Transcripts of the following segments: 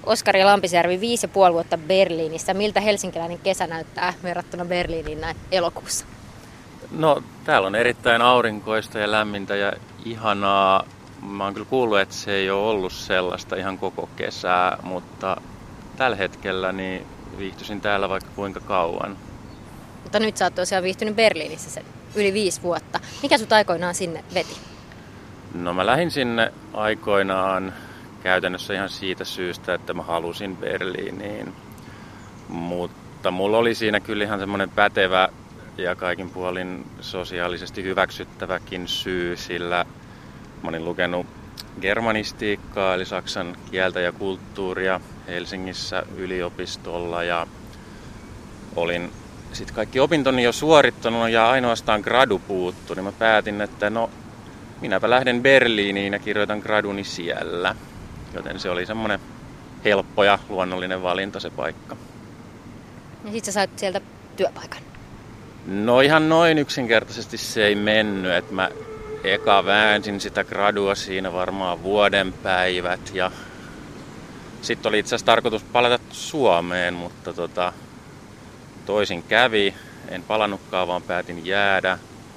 Oskari Lampisjärvi, 5,5 vuotta Berliinissä. Miltä helsinkiläinen kesä näyttää verrattuna Berliiniin näin elokuussa? No, täällä on erittäin aurinkoista ja lämmintä ja ihanaa. Mä oon kyllä kuullut, että se ei ole ollut sellaista ihan koko kesää, mutta tällä hetkellä niin viihtyisin täällä vaikka kuinka kauan. Mutta nyt sä oot tosiaan viihtynyt Berliinissä sen yli 5 vuotta. Mikä sut aikoinaan sinne veti? No mä lähdin sinne aikoinaan käytännössä ihan siitä syystä, että mä halusin Berliiniin. Mutta mulla oli siinä kyllä ihan semmoinen pätevä ja kaikin puolin sosiaalisesti hyväksyttäväkin syy, sillä mä olin lukenut germanistiikkaa eli saksan kieltä ja kulttuuria Helsingissä yliopistolla ja olin sitten kaikki opintoni jo suorittanut ja ainoastaan gradu puuttu, niin mä päätin, että no minäpä lähden Berliiniin ja kirjoitan graduni siellä. Joten se oli semmoinen helppo ja luonnollinen valinta se paikka. Ja sit sä sait sieltä työpaikan? No ihan noin yksinkertaisesti se ei mennyt, että mä eka väänsin sitä gradua siinä varmaan vuoden päivät ja sitten oli itse asiassa tarkoitus palata Suomeen, mutta toisin kävi. En palannutkaan, vaan päätin jäädä.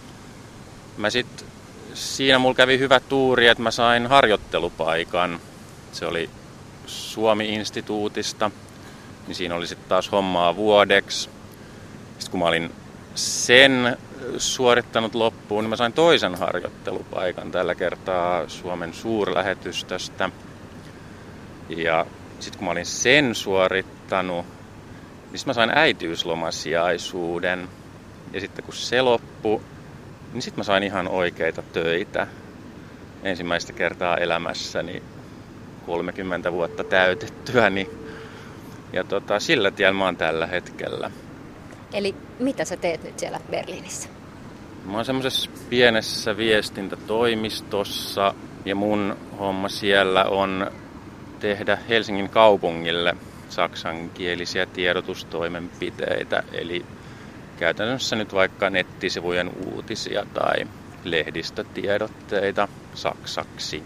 Siinä mulla kävi hyvä tuuri, että mä sain harjoittelupaikan. Se oli Suomi-instituutista, niin siinä oli sitten taas hommaa vuodeksi. Sitten kun mä olin sen suorittanut loppuun, niin mä sain toisen harjoittelupaikan tällä kertaa Suomen suurlähetystöstä. Ja sitten kun mä olin sen suorittanut, niin mä sain äitiyslomasijaisuuden. Ja sitten kun se loppui, niin sitten mä sain ihan oikeita töitä. Ensimmäistä kertaa elämässäni 30 vuotta täytettyäni. Ja sillä tiellä mä oon tällä hetkellä. Eli mitä sä teet nyt siellä Berliinissä? Mä oon semmoisessa pienessä viestintätoimistossa ja mun homma siellä on tehdä Helsingin kaupungille saksankielisiä tiedotustoimenpiteitä. Eli käytännössä nyt vaikka nettisivujen uutisia tai lehdistötiedotteita saksaksi.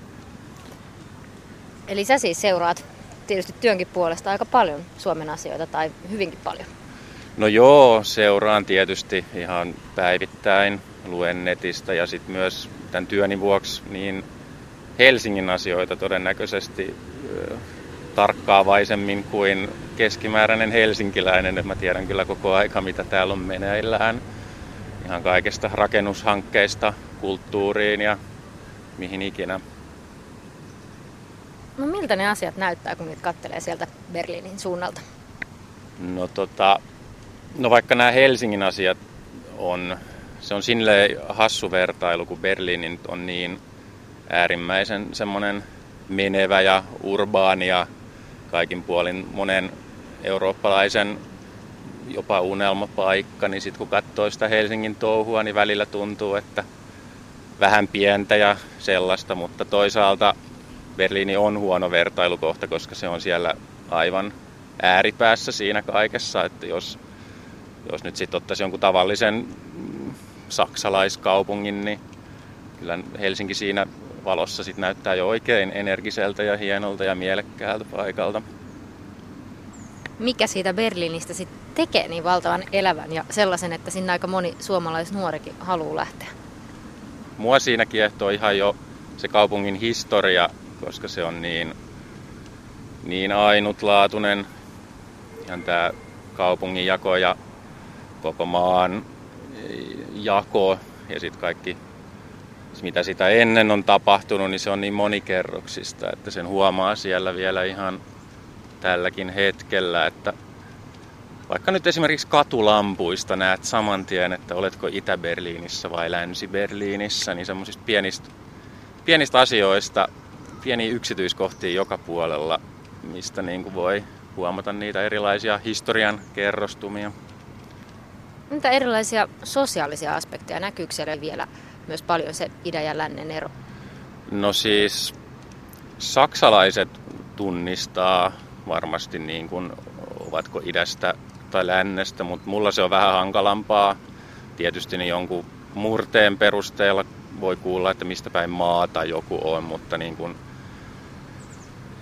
Eli sä siis seuraat tietysti työnkin puolesta aika paljon Suomen asioita tai hyvinkin paljon. No joo, seuraan tietysti ihan päivittäin, luen netistä ja sitten myös tämän työni vuoksi niin Helsingin asioita todennäköisesti tarkkaavaisemmin kuin keskimääräinen helsinkiläinen. Et mä tiedän kyllä koko aika, mitä täällä on meneillään. Ihan kaikesta rakennushankkeista, kulttuuriin ja mihin ikinä. No miltä ne asiat näyttää, kun niitä katselee sieltä Berliinin suunnalta? No vaikka nämä Helsingin asiat se on silleen hassu vertailu, kun Berliini on niin äärimmäisen semmoinen menevä ja urbaani ja kaikin puolin monen eurooppalaisen jopa unelmapaikka, niin sitten kun katsoo sitä Helsingin touhua, niin välillä tuntuu, että vähän pientä ja sellaista, mutta toisaalta Berliini on huono vertailukohta, koska se on siellä aivan ääripäässä siinä kaikessa, että jos nyt sitten ottaisi jonkun tavallisen saksalaiskaupungin, niin kyllä Helsinki siinä valossa sitten näyttää jo oikein energiseltä ja hienolta ja mielekkäältä paikalta. Mikä siitä Berliinistä sitten tekee niin valtavan elävän ja sellaisen, että sinne aika moni suomalaisnuorikin haluaa lähteä? Mua siinä kiehtoo ihan jo se kaupungin historia, koska se on niin ainutlaatuinen. Ihan tämä kaupungin jako ja koko maan jako ja sitten kaikki, mitä sitä ennen on tapahtunut, niin se on niin monikerroksista, että sen huomaa siellä vielä ihan tälläkin hetkellä, että vaikka nyt esimerkiksi katulampuista näet saman tien, että oletko Itä-Berliinissä vai Länsi-Berliinissä, niin semmoisista pienistä asioista, pieniä yksityiskohtia joka puolella, mistä niin kuin voi huomata niitä erilaisia historian kerrostumia. Mitä erilaisia sosiaalisia aspekteja näkyykö siellä vielä myös paljon se idän ja lännen ero? No siis saksalaiset tunnistaa varmasti niin kuin ovatko idästä tai lännestä, mutta mulla se on vähän hankalampaa. Tietysti niin jonkun murteen perusteella voi kuulla, että mistä päin maata joku on, mutta niin kuin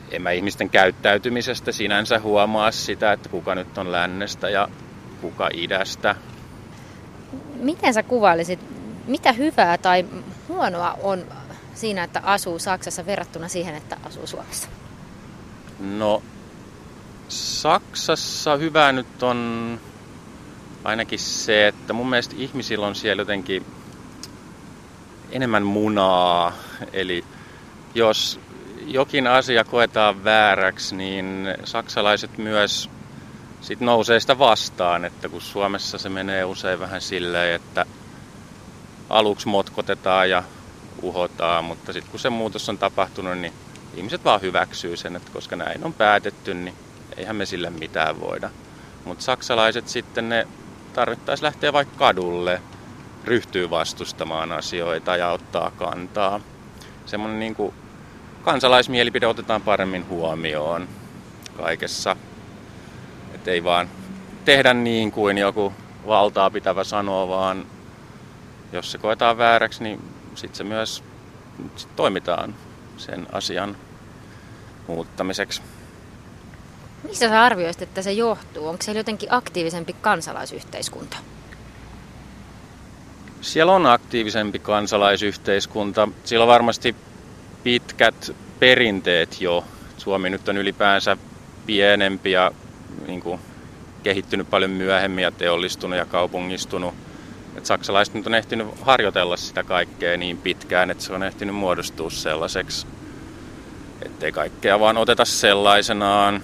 en mä ihmisten käyttäytymisestä sinänsä huomaa sitä, että kuka nyt on lännestä ja kuka idästä. Miten sä kuvailisit, mitä hyvää tai huonoa on siinä, että asuu Saksassa verrattuna siihen, että asuu Suomessa? No, Saksassa hyvää nyt on ainakin se, että mun mielestä ihmisillä on siellä jotenkin enemmän munaa. Eli jos jokin asia koetaan vääräksi, niin saksalaiset myös sit nousee sitä vastaan, että kun Suomessa se menee usein vähän silleen, että aluksi motkotetaan ja uhotaan, mutta sitten kun se muutos on tapahtunut, niin ihmiset vaan hyväksyy sen, että koska näin on päätetty, niin eihän me sille mitään voida. Mutta saksalaiset sitten ne tarvittaisi lähteä vaikka kadulle, ryhtyy vastustamaan asioita ja ottaa kantaa. Semmoinen niin kuin kansalaismielipide otetaan paremmin huomioon kaikessa. Että ei vaan tehdä niin kuin joku valtaa pitävä sanoo, vaan jos se koetaan vääräksi, niin sitten se myös toimitaan sen asian muuttamiseksi. Mistä sä arvioisit, että se johtuu? Onko siellä jotenkin aktiivisempi kansalaisyhteiskunta? Siellä on aktiivisempi kansalaisyhteiskunta. Siellä on varmasti pitkät perinteet jo. Suomi nyt on ylipäänsä pienempi ja niin kuin, kehittynyt paljon myöhemmin ja teollistunut ja kaupungistunut. Et saksalaiset nyt on ehtinyt harjoitella sitä kaikkea niin pitkään, että se on ehtinyt muodostua sellaiseksi, ettei kaikkea vaan oteta sellaisenaan.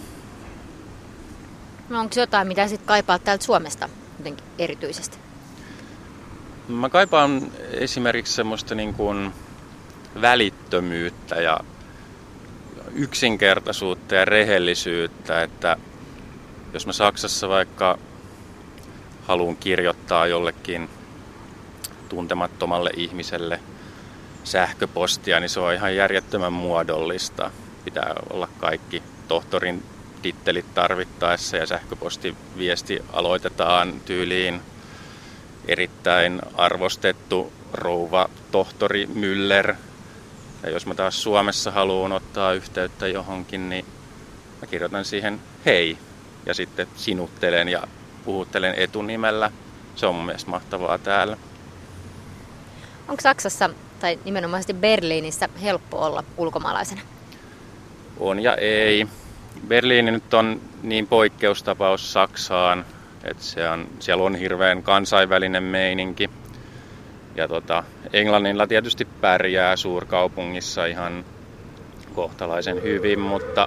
No onko jotain, mitä sitten kaipaat täältä Suomesta jotenkin erityisesti? Mä kaipaan esimerkiksi semmoista niin kuin välittömyyttä ja yksinkertaisuutta ja rehellisyyttä, että jos mä Saksassa vaikka haluan kirjoittaa jollekin tuntemattomalle ihmiselle sähköpostia, niin se on ihan järjettömän muodollista. Pitää olla kaikki tohtorin tittelit tarvittaessa ja sähköpostiviesti aloitetaan tyyliin erittäin arvostettu rouva tohtori Müller. Ja jos mä taas Suomessa haluan ottaa yhteyttä johonkin, niin mä kirjoitan siihen hei ja sitten sinuttelen ja puhuttelen etunimellä. Se on mun mielestä mahtavaa täällä. Onko Saksassa tai nimenomaisesti Berliinissä helppo olla ulkomaalaisena? On ja ei. Berliini nyt on niin poikkeustapaus Saksaan, että siellä on hirveän kansainvälinen meininki. Ja Englannilla tietysti pärjää suurkaupungissa ihan kohtalaisen hyvin, mutta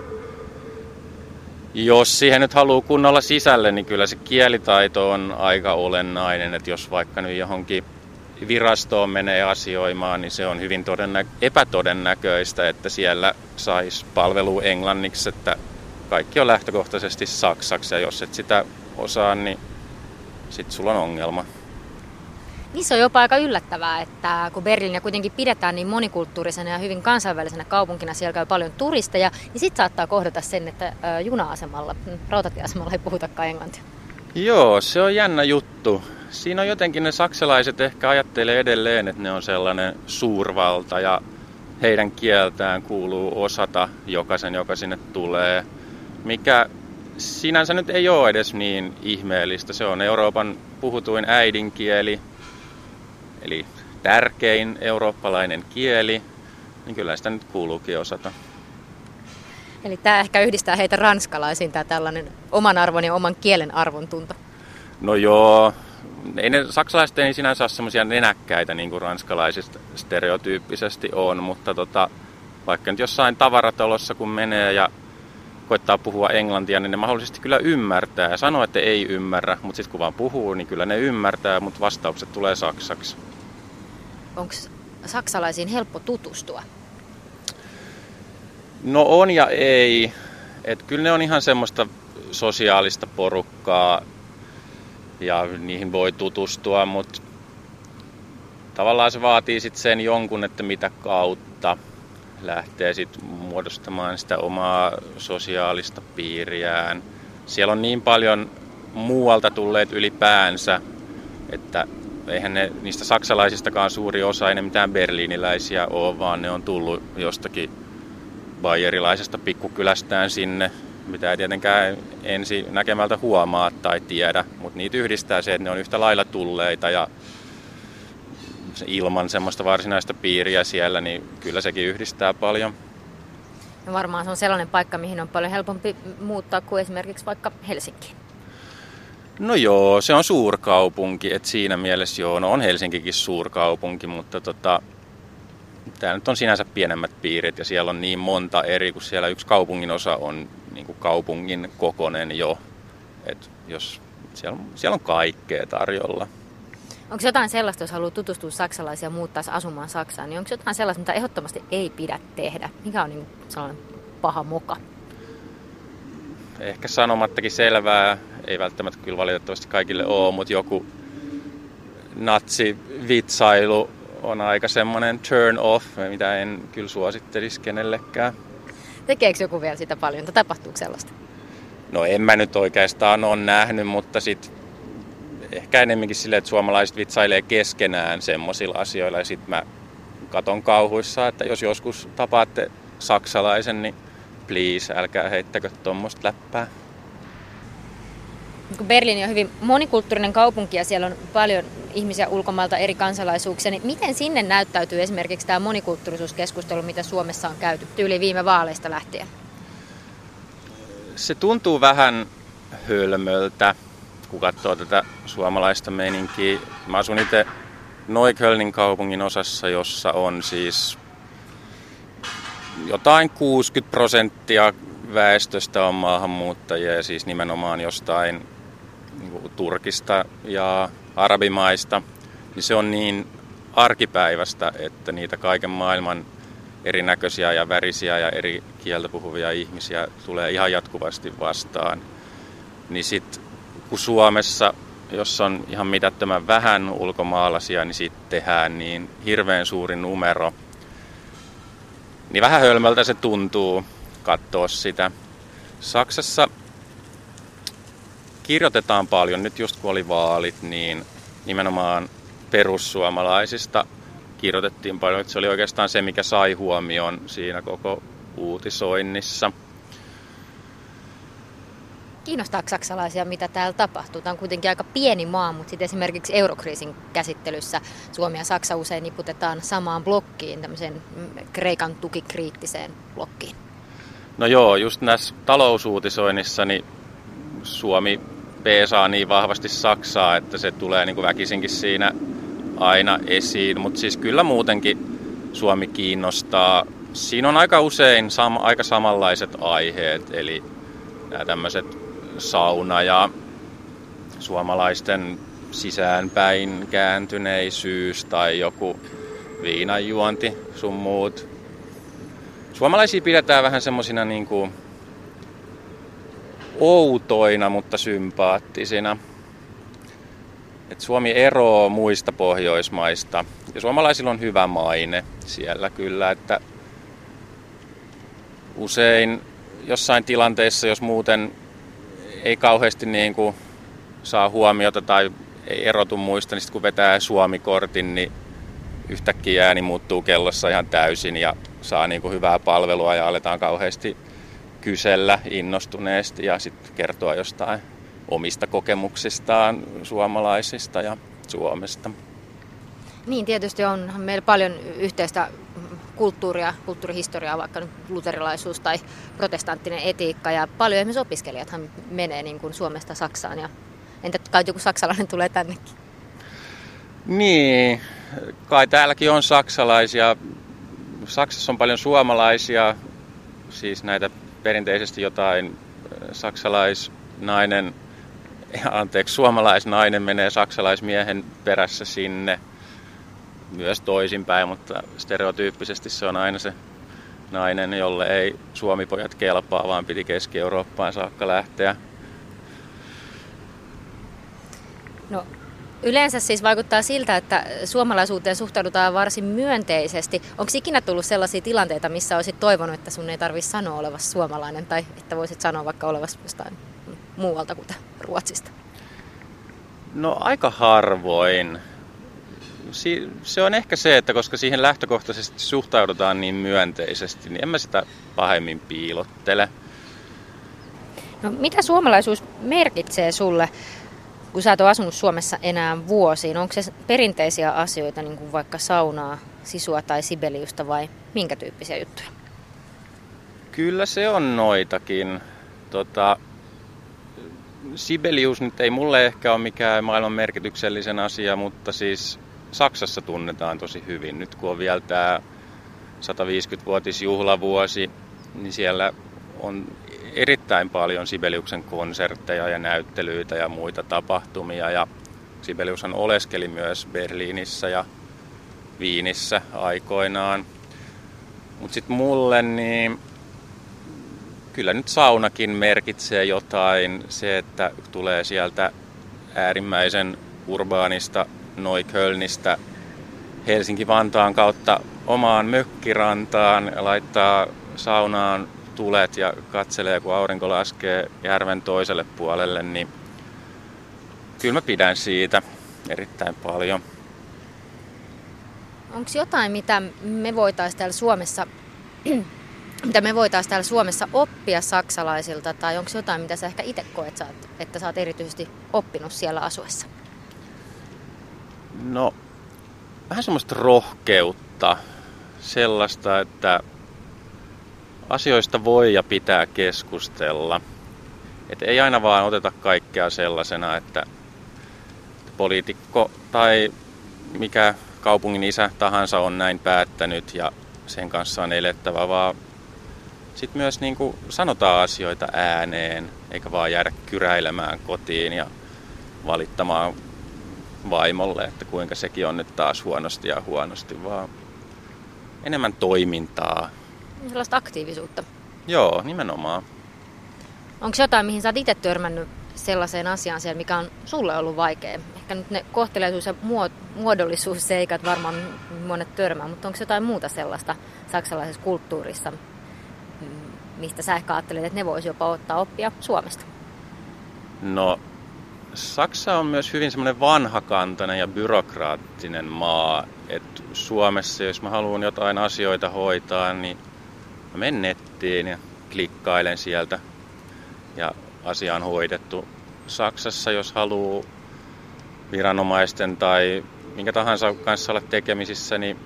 jos siihen nyt haluaa kunnolla sisälle, niin kyllä se kielitaito on aika olennainen. Että jos vaikka nyt johonkin virastoon menee asioimaan, niin se on hyvin epätodennäköistä, että siellä saisi palvelua englanniksi, että kaikki on lähtökohtaisesti saksaksi, ja jos et sitä osaa, niin sitten sulla on ongelma. Niin se on jopa aika yllättävää, että kun Berliiniä kuitenkin pidetään niin monikulttuurisena ja hyvin kansainvälisenä kaupunkina, siellä käy paljon turisteja, niin sitten saattaa kohdata sen, että juna-asemalla, rautatieasemalla ei puhutakaan englantia. Joo, se on jännä juttu. Siinä on jotenkin ne saksalaiset ehkä ajattelee edelleen, että ne on sellainen suurvalta ja heidän kieltään kuuluu osata jokaisen, joka sinne tulee. Mikä sinänsä nyt ei ole edes niin ihmeellistä. Se on Euroopan puhutuin äidinkieli, eli tärkein eurooppalainen kieli, niin kyllä sitä nyt kuuluukin osata. Eli tämä ehkä yhdistää heitä ranskalaisiin, tämä tällainen oman arvon ja oman kielen arvon tunto. No joo, saksalaiset ei sinänsä ole semmoisia nenäkkäitä niin kuin ranskalaiset stereotyyppisesti on, mutta vaikka nyt jossain tavaratalossa kun menee ja koittaa puhua englantia, niin ne mahdollisesti kyllä ymmärtää ja sanoo, että ei ymmärrä, mutta sitten kun vaan puhuu, niin kyllä ne ymmärtää, mutta vastaukset tulee saksaksi. Onko saksalaisiin helppo tutustua? No on ja ei. Et kyllä ne on ihan semmoista sosiaalista porukkaa ja niihin voi tutustua, mutta tavallaan se vaatii sitten sen jonkun, että mitä kautta lähtee sitten muodostamaan sitä omaa sosiaalista piiriään. Siellä on niin paljon muualta tulleet ylipäänsä, että eihän niistä saksalaisistakaan suuri osa, ei ne mitään berliiniläisiä ole, vaan ne on tullut jostakin bayerilaisesta pikkukylästään sinne, mitä ei tietenkään ensi näkemältä huomaa tai tiedä, mutta niitä yhdistää se, että ne on yhtä lailla tulleita ja ilman semmoista varsinaista piiriä siellä, niin kyllä sekin yhdistää paljon. No varmaan se on sellainen paikka, mihin on paljon helpompi muuttaa kuin esimerkiksi vaikka Helsinki. No joo, se on suurkaupunki, että siinä mielessä joo, no on Helsinkikin suurkaupunki, mutta tämä nyt on sinänsä pienemmät piirit ja siellä on niin monta eri, kun siellä yksi kaupungin osa on niin kuin kaupungin kokoinen jo, että jos siellä on kaikkea tarjolla. Onko jotain sellaista, jos haluaa tutustua saksalaisia ja muuttaisi asumaan Saksaan, niin onko jotain sellaista, mitä ehdottomasti ei pidä tehdä? Mikä on niin sellainen paha moka? Ehkä sanomattakin selvää, ei välttämättä kyllä valitettavasti kaikille ole, mutta joku natsivitsailu on aika semmoinen turn off, mitä en kyllä suosittelisi kenellekään. Tekeekö joku vielä sitä paljon, tai tapahtuuko sellaista? No en mä nyt oikeastaan ole nähnyt, mutta sitten ehkä enemmänkin silleen, että suomalaiset vitsailee keskenään semmoisilla asioilla. Ja sitten mä katon kauhuissa, että jos joskus tapaatte saksalaisen, niin please, älkää heittäkö tuommoista läppää. Berliini on hyvin monikulttuurinen kaupunki ja siellä on paljon ihmisiä ulkomailta eri kansalaisuuksia. Niin miten sinne näyttäytyy esimerkiksi tämä monikulttuurisuuskeskustelu, mitä Suomessa on käyty tyyli viime vaaleista lähtien? Se tuntuu vähän hölmöltä, kun katsoo tätä suomalaista meininkiä. Mä asun itse Neuköllnin kaupungin osassa, jossa on siis jotain 60% väestöstä on maahanmuuttajia ja siis nimenomaan jostain niin Turkista ja arabimaista. Niin se on niin arkipäivästä, että niitä kaiken maailman erinäköisiä ja värisiä ja eri kieltä puhuvia ihmisiä tulee ihan jatkuvasti vastaan. Niin sit kun Suomessa, jos on ihan mitättömän vähän ulkomaalaisia, niin siitä tehdään niin hirveän suuri numero. Niin vähän hölmöltä se tuntuu katsoa sitä. Saksassa kirjoitetaan paljon, nyt just kun oli vaalit, niin nimenomaan perussuomalaisista kirjoitettiin paljon. Että se oli oikeastaan se, mikä sai huomion siinä koko uutisoinnissa. Kiinnostaako saksalaisia, mitä täällä tapahtuu? Tämä on kuitenkin aika pieni maa, mutta sitten esimerkiksi eurokriisin käsittelyssä Suomi ja Saksa usein niputetaan samaan blokkiin, tämmöiseen Kreikan tukikriittiseen blokkiin. No joo, just näissä talousuutisoinnissa niin Suomi peesaa niin vahvasti Saksaa, että se tulee niin kuin väkisinkin siinä aina esiin. Mutta siis kyllä muutenkin Suomi kiinnostaa. Siinä on aika usein aika samanlaiset aiheet, eli nämä tämmöiset sauna ja suomalaisten sisäänpäin kääntyneisyys tai joku viinanjuonti sun muut. Suomalaisia pidetään vähän semmosina niinku outoina, mutta sympaattisina. Et Suomi eroaa muista Pohjoismaista ja suomalaisilla on hyvä maine siellä kyllä, että usein jossain tilanteessa, jos muuten ei kauheasti niin kuin saa huomiota tai ei erotu muista, niin sitten kun vetää Suomi-kortin, niin yhtäkkiä ääni muuttuu kellossa ihan täysin ja saa niin kuin hyvää palvelua ja aletaan kauheasti kysellä innostuneesti ja sitten kertoa jostain omista kokemuksistaan suomalaisista ja Suomesta. Niin, tietysti onhan meillä paljon yhteistä kulttuuria, kulttuurihistoriaa, vaikka nyt luterilaisuus tai protestanttinen etiikka, ja paljon esimerkiksi opiskelijathan menee niin kuin Suomesta Saksaan, ja entä kai joku saksalainen tulee tännekin? Niin, kai täälläkin on saksalaisia. Saksassa on paljon suomalaisia, siis näitä perinteisesti jotain suomalaisnainen menee saksalaismiehen perässä sinne. Myös toisinpäin, mutta stereotyyppisesti se on aina se nainen, jolle ei suomipojat kelpaa, vaan piti Keski-Eurooppaan saakka lähteä. No, yleensä siis vaikuttaa siltä, että suomalaisuuteen suhtaudutaan varsin myönteisesti. Onko ikinä tullut sellaisia tilanteita, missä olisit toivonut, että sun ei tarvitse sanoa olevasi suomalainen, tai että voisit sanoa vaikka olevasi jostain muualta kuin Ruotsista? No aika harvoin. se on ehkä se, että koska siihen lähtökohtaisesti suhtaudutaan niin myönteisesti, niin en mä sitä pahemmin piilottele. No, mitä suomalaisuus merkitsee sulle, kun sä et ole asunut Suomessa enää vuosiin? Onko se perinteisiä asioita, niin kuin vaikka saunaa, sisua tai Sibeliusta vai minkä tyyppisiä juttuja? Kyllä se on noitakin. Sibelius nyt ei mulle ehkä ole mikään maailman merkityksellisen asia, mutta siis Saksassa tunnetaan tosi hyvin. Nyt kun on vielä tämä 150-vuotisjuhlavuosi, niin siellä on erittäin paljon Sibeliuksen konsertteja ja näyttelyitä ja muita tapahtumia. Ja Sibeliushan oleskeli myös Berliinissä ja Viinissä aikoinaan. Mutta sitten mulle niin kyllä nyt saunakin merkitsee jotain. Se, että tulee sieltä äärimmäisen urbaanista Neuköllnistä Helsinki-Vantaan kautta omaan mökkirantaan, laittaa saunaan tulet ja katselee, kun aurinko laskee järven toiselle puolelle, niin kyllä mä pidän siitä erittäin paljon. Onko jotain, mitä me voitaisiin täällä Suomessa oppia saksalaisilta, tai onko jotain, mitä sä ehkä itse koet, että sä oot erityisesti oppinut siellä asuessa? No, vähän semmoista rohkeutta, sellaista, että asioista voi ja pitää keskustella. Et ei aina vaan oteta kaikkea sellaisena, että poliitikko tai mikä kaupungin isä tahansa on näin päättänyt ja sen kanssa on elettävä, vaan sitten myös niin kuin sanotaan asioita ääneen, eikä vaan jäädä kyräilemään kotiin ja valittamaan vaimolle, että kuinka sekin on nyt taas huonosti, vaan enemmän toimintaa. Sellaista aktiivisuutta. Joo, nimenomaan. Onko jotain, mihin sä oot itse törmännyt sellaiseen asiaan siellä, mikä on sulle ollut vaikea? Ehkä nyt ne kohteliaisuus- ja muodollisuusseikat varmaan monet törmää, mutta onko jotain muuta sellaista saksalaisessa kulttuurissa, mistä sä ehkä ajattelet, että ne voisi jopa ottaa oppia Suomesta? No, Saksa on myös hyvin semmoinen vanhakantainen ja byrokraattinen maa. Et Suomessa, jos mä haluan jotain asioita hoitaa, niin mä menen nettiin ja klikkailen sieltä ja asia on hoidettu. Saksassa, jos haluaa viranomaisten tai minkä tahansa kanssa olla tekemisissä, niin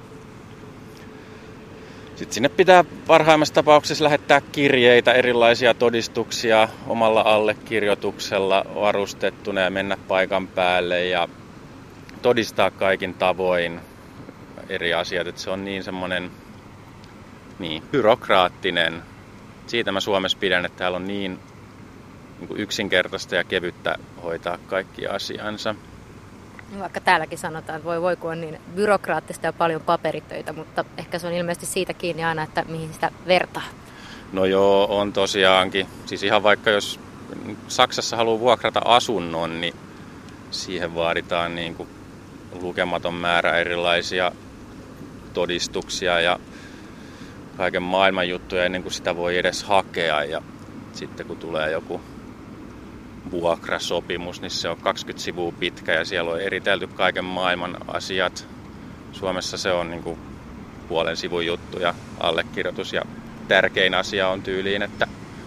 sitten sinne pitää parhaimmassa tapauksessa lähettää kirjeitä, erilaisia todistuksia omalla allekirjoituksella varustettuna ja mennä paikan päälle ja todistaa kaikin tavoin eri asiat. Että se on niin semmoinen byrokraattinen. Siitä mä Suomessa pidän, että täällä on niin kuin yksinkertaista ja kevyttä hoitaa kaikki asiansa. Vaikka täälläkin sanotaan, että voi kun on niin byrokraattista ja paljon paperitöitä, mutta ehkä se on ilmeisesti siitä kiinni aina, että mihin sitä vertaa. No joo, on tosiaankin. Siis ihan vaikka jos Saksassa haluaa vuokrata asunnon, niin siihen vaaditaan niin kuin lukematon määrä erilaisia todistuksia ja kaiken maailman juttuja ennen kuin sitä voi edes hakea. Ja sitten kun tulee joku vuokrasopimus, niin se on 20 sivua pitkä ja siellä on eritelty kaiken maailman asiat. Suomessa se on niin kuin puolen sivun juttu ja allekirjoitus ja tärkein asia on tyyliin, että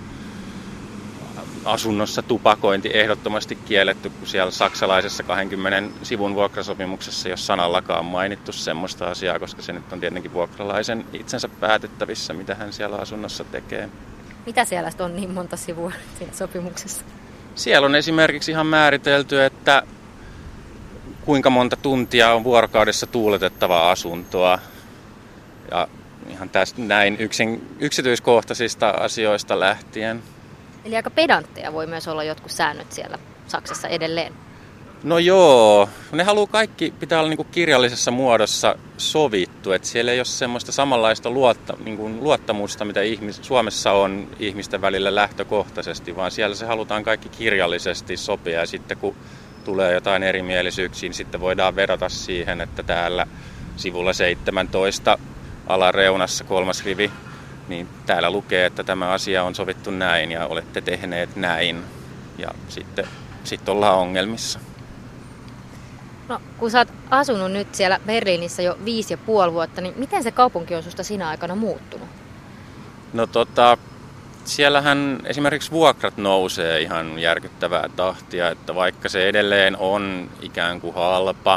asunnossa tupakointi ehdottomasti kielletty, kun siellä saksalaisessa 20 sivun vuokrasopimuksessa ei ole sanallakaan mainittu semmoista asiaa, koska se nyt on tietenkin vuokralaisen itsensä päätettävissä, mitä hän siellä asunnossa tekee. Mitä siellä on niin monta sivua siinä sopimuksessa? Siellä on esimerkiksi ihan määritelty, että kuinka monta tuntia on vuorokaudessa tuuletettavaa asuntoa. Ja ihan tästä näin yksityiskohtaisista asioista lähtien. Eli aika pedantteja voi myös olla jotkut säännöt siellä Saksassa edelleen. No joo, ne haluaa kaikki pitää olla niinku kirjallisessa muodossa sovittu, että siellä ei ole semmoista samanlaista luottamusta, mitä Suomessa on ihmisten välillä lähtökohtaisesti, vaan siellä se halutaan kaikki kirjallisesti sopia ja sitten kun tulee jotain erimielisyyksiä, niin sitten voidaan vedota siihen, että täällä sivulla 17 alareunassa 3. rivi, niin täällä lukee, että tämä asia on sovittu näin ja olette tehneet näin ja sitten ollaan ongelmissa. No, kun sä oot asunut nyt siellä Berliinissä jo 5,5 vuotta, niin miten se kaupunki on susta sinä aikana muuttunut? No siellähän esimerkiksi vuokrat nousee ihan järkyttävää tahtia, että vaikka se edelleen on ikään kuin halpa,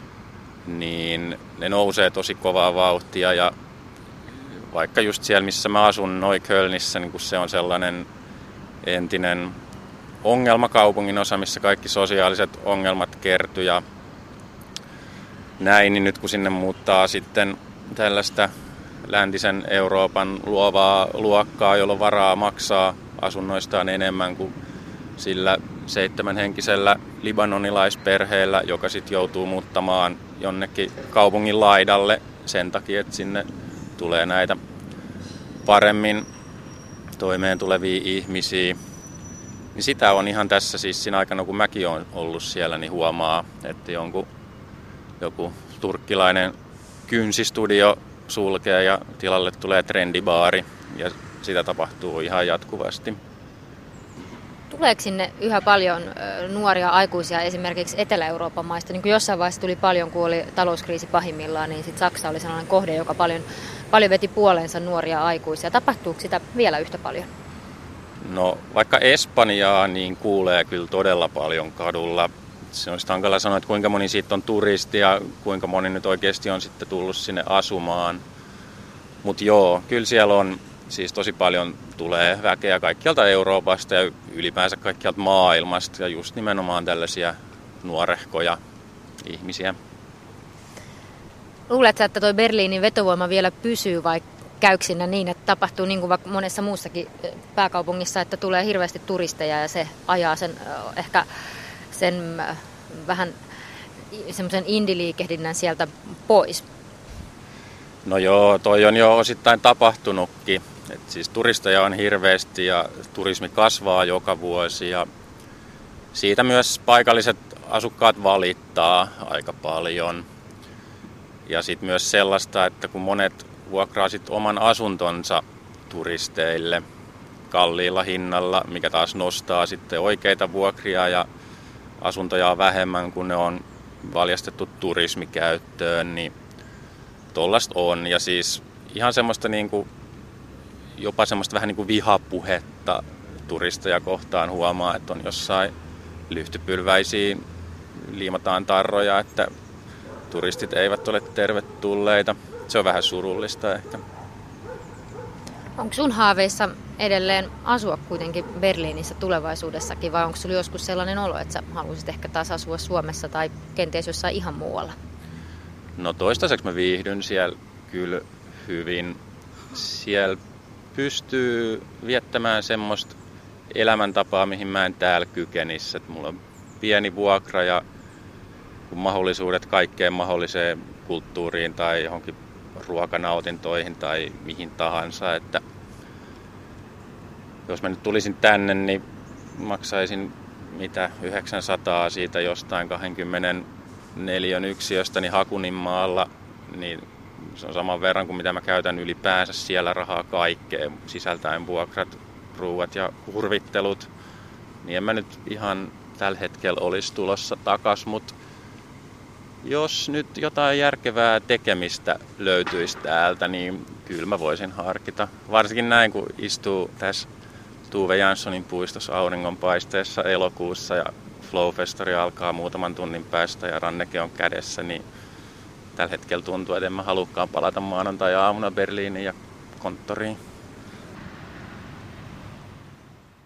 niin ne nousee tosi kovaa vauhtia ja vaikka just siellä missä mä asun Neuköllnissä, niin kun se on sellainen entinen ongelmakaupungin osa, missä kaikki sosiaaliset ongelmat kertyy ja näin, niin nyt kun sinne muuttaa sitten tällaista läntisen Euroopan luovaa luokkaa, jolla on varaa maksaa asunnoistaan enemmän kuin sillä 7-henkisellä libanonilaisperheellä, joka sitten joutuu muuttamaan jonnekin kaupungin laidalle sen takia, että sinne tulee näitä paremmin toimeen tulevia ihmisiä. Niin sitä on ihan tässä siis siinä aikana, kun mäkin olen ollut siellä, niin huomaa, että joku turkkilainen kynsistudio sulkee ja tilalle tulee trendibaari ja sitä tapahtuu ihan jatkuvasti. Tuleeko sinne yhä paljon nuoria aikuisia esimerkiksi Etelä-Euroopan maista? Niin kuin jossain vaiheessa tuli paljon, kun oli talouskriisi pahimmillaan, niin sit Saksa oli sellainen kohde, joka paljon veti puoleensa nuoria aikuisia. Tapahtuuko sitä vielä yhtä paljon? No vaikka Espanjaa, niin kuulee kyllä todella paljon kadulla. Se on sitten hankala sanoa, että kuinka moni siitä on turisti ja kuinka moni nyt oikeasti on sitten tullut sinne asumaan. Mutta joo, kyllä siellä on siis tosi paljon tulee väkeä kaikkialta Euroopasta ja ylipäänsä kaikkialta maailmasta ja just nimenomaan tällaisia nuorehkoja ihmisiä. Luuletko, että tuo Berliinin vetovoima vielä pysyy vai käykö siinä niin, että tapahtuu niin kuin vaikka monessa muussakin pääkaupungissa, että tulee hirveästi turisteja ja se ajaa ehkä sen vähän semmoisen indie-liikehdinnän sieltä pois? No joo, toi on jo osittain tapahtunutkin. Et siis turisteja on hirveästi ja turismi kasvaa joka vuosi ja siitä myös paikalliset asukkaat valittaa aika paljon. Ja sitten myös sellaista, että kun monet vuokraa sit oman asuntonsa turisteille kalliilla hinnalla, mikä taas nostaa sitten oikeita vuokria ja asuntoja on vähemmän, kun ne on valjastettu turismikäyttöön, niin tollaista on. Ja siis ihan semmoista niinku, jopa semmoista vähän niinku vihapuhetta turisteja kohtaan huomaa, että on jossain lyhtypylväisiin liimataan tarroja, että turistit eivät ole tervetulleita. Se on vähän surullista ehkä. Onko sun haaveissa edelleen asua kuitenkin Berliinissä tulevaisuudessakin vai onko sulla joskus sellainen olo, että sä haluaisit ehkä taas asua Suomessa tai kenties jossain ihan muualla? No toistaiseksi mä viihdyn siellä kyllä hyvin. Siellä pystyy viettämään semmoista elämäntapaa, mihin mä en täällä kykenisi. Et mulla on pieni vuokra ja mahdollisuudet kaikkeen mahdolliseen kulttuuriin tai johonkin ruokanautintoihin tai mihin tahansa. Että jos mä nyt tulisin tänne, niin maksaisin 900 siitä jostain 24 yksiöstäni Hakuninmaalla, niin se on saman verran kuin mitä mä käytän ylipäänsä siellä rahaa kaikkeen, sisältäen vuokrat, ruuat ja hurvittelut. Niin en mä nyt ihan tällä hetkellä olisi tulossa takas, mutta jos nyt jotain järkevää tekemistä löytyisi täältä, niin kyllä mä voisin harkita. Varsinkin näin, kun istuu tässä Tove Janssonin puistossa auringonpaisteessa elokuussa ja Flow-festari alkaa muutaman tunnin päästä ja ranneke on kädessä, niin tällä hetkellä tuntuu, että en mä halukkaan palata maanantai-aamuna Berliiniin ja konttoriin.